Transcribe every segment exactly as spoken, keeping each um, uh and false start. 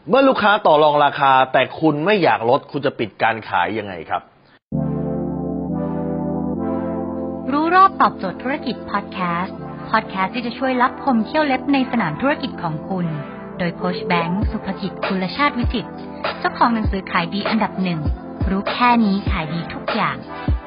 เมื่อลูกค้าต่อรองราคาแต่คุณไม่อยากลดคุณจะปิดการขายยังไงครับรู้รอบตอบโจทย์ธุรกิจพอดแคสต์พอดแคสต์ที่จะช่วยลับคมเขี้ยวเล็บในสนามธุรกิจของคุณโดยโค้ชแบงค์สุภกิจกุลชาติวิจิตรเจ้าของหนังสือขายดีอันดับหนึ่งรู้แค่นี้ขายดีทุกอย่าง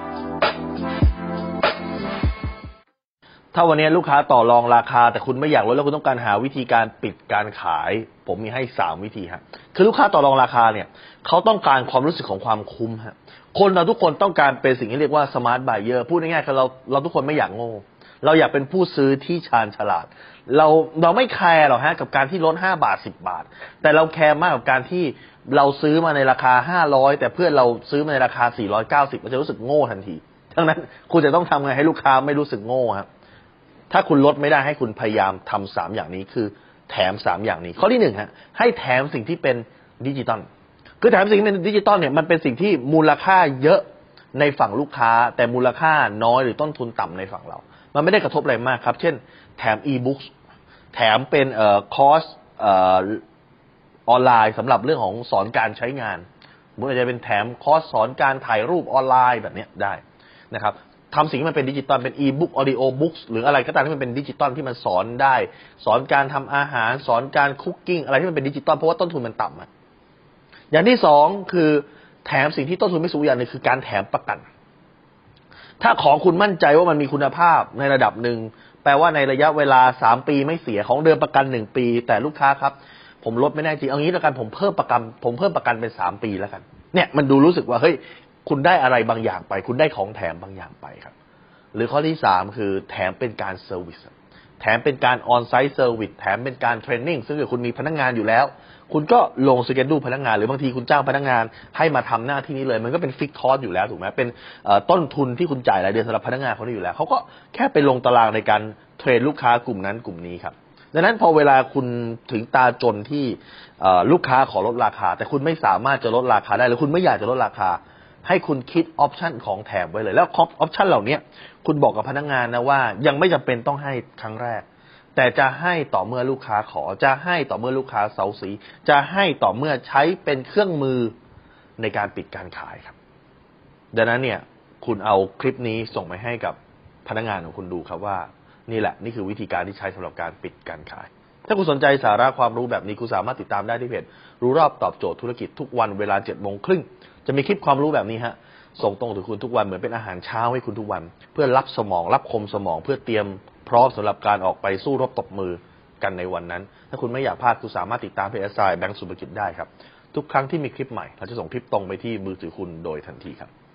ถ้าวันนี้ลูกค้าต่อรองราคาแต่คุณไม่อยากลดแล้วคุณต้องการหาวิธีการปิดการขายผมมีให้สามวิธีฮะคือลูกค้าต่อรองราคาเนี่ยเขาต้องการความรู้สึกของความคุ้มฮะคนเราทุกคนต้องการเป็นสิ่งที่เรียกว่าสมาร์ทบายเออร์พูดง่ายๆคือเราเราทุกคนไม่อยากโง่เราอยากเป็นผู้ซื้อที่ชาญฉลาดเราเราไม่แคร์หรอกฮะกับการที่ลดห้าบาทสิบบาทแต่เราแคร์มากกับการที่เราซื้อมาในราคาห้าร้อยแต่เพื่อนเราซื้อมาในราคาสี่ร้อยเก้าสิบมันจะรู้สึกโง่ทันทีดังนั้นคุณจะต้องทำไงให้ลูกค้าไม่รู้สึกโง่ครับถ้าคุณลดไม่ได้ให้คุณพยายามทำสามอย่างนี้คือแถมสามอย่างนี้ข้อที่หนึ่งฮะให้แถมสิ่งที่เป็นดิจิตอลคือแถมสิ่งที่เป็นดิจิตอลเนี่ยมันเป็นสิ่งที่มูลค่าเยอะในฝั่งลูกค้าแต่มูลค่าน้อยหรือต้นทุนต่ำในฝั่งเรามันไม่ได้กระทบอะไรมากครับเช่นแถมอีบุ๊กแถมเป็นเอ่อคอร์สเอ่อออนไลน์สำหรับเรื่องของสอนการใช้งานมันอาจจะเป็นแถมคอร์สสอนการถ่ายรูปออนไลน์แบบนี้ได้นะครับทำสิ่งที่มันเป็นดิจิตอลเป็นอีบุ๊กออดิโอบุ๊กหรืออะไรก็ตามที่มันเป็นดิจิตอลที่มันสอนได้สอนการทำอาหารสอนการคุกกิ้งอะไรที่มันเป็นดิจิตอลเพราะว่าต้นทุนมันต่ำอ่ะอย่างที่สองคือแถมสิ่งที่ต้นทุนไม่สูงอย่างนึงคือการแถมประกันถ้าของคุณมั่นใจว่ามันมีคุณภาพในระดับหนึ่งแปลว่าในระยะเวลาสามปีไม่เสียของเดิมประกันหนึ่งปีแต่ลูกค้าครับผมลดไม่ได้จริงเอางี้แล้วกันผมเพิ่มประกันผมเพิ่มประกันเป็นสามปีแล้วกันเนี่ยมันดูรู้สึกว่าเฮ้ยคุณได้อะไรบางอย่างไปคุณได้ของแถมบางอย่างไปครับหรือข้อที่สามคือแถมเป็นการเซอร์วิสแถมเป็นการออนไซต์เซอร์วิสแถมเป็นการเทรนนิ่งซึ่งคือคุณมีพนักงานอยู่แล้วคุณก็ลงสเกจดูพนักงานหรือบางทีคุณจ้างพนักงานให้มาทำหน้าที่นี้เลยมันก็เป็นฟิกคอร์สอยู่แล้วถูกไหมเป็นต้นทุนที่คุณจ่ายรายเดือนสำหรับพนักงานเขาอยู่แล้วเขาก็แค่ไปลงตารางในการเทรนลูกค้ากลุ่มนั้นกลุ่มนี้ครับดังนั้นพอเวลาคุณถึงตาจนที่ลูกค้าขอลดราคาแต่คุณไม่สามารถจะลดราคาได้หรือคุณไม่อยากจะลดราคาให้คุณคิดออปชันของแถมไว้เลยแล้วออปชันเหล่านี้คุณบอกกับพนักงานนะว่ายังไม่จำเป็นต้องให้ครั้งแรกแต่จะให้ต่อเมื่อลูกค้าขอจะให้ต่อเมื่อลูกค้าเซาซีจะให้ต่อเมื่อใช้เป็นเครื่องมือในการปิดการขายครับดังนั้นเนี่ยคุณเอาคลิปนี้ส่งไปให้กับพนักงานของคุณดูครับว่านี่แหละนี่คือวิธีการที่ใช้สำหรับการปิดการขายถ้าคุณสนใจสาระความรู้แบบนี้คุณสามารถติดตามได้ที่เพจรู้รอบตอบโจทย์ธุรกิจทุกวันเวลาเจ็ดโมงครึ่งจะมีคลิปความรู้แบบนี้ฮะส่งตรงถึงคุณทุกวันเหมือนเป็นอาหารเช้าให้คุณทุกวันเพื่อรับสมองรับคมสมองเพื่อเตรียมพร้อมสำหรับการออกไปสู้รบตบมือกันในวันนั้นถ้าคุณไม่อยากพลาดคุณสามารถติดตามเพจ เอส ไอ แบงก์สุภกิจได้ครับทุกครั้งที่มีคลิปใหม่เราจะส่งคลิปตรงไปที่มือถือคุณโดยทันทีครับ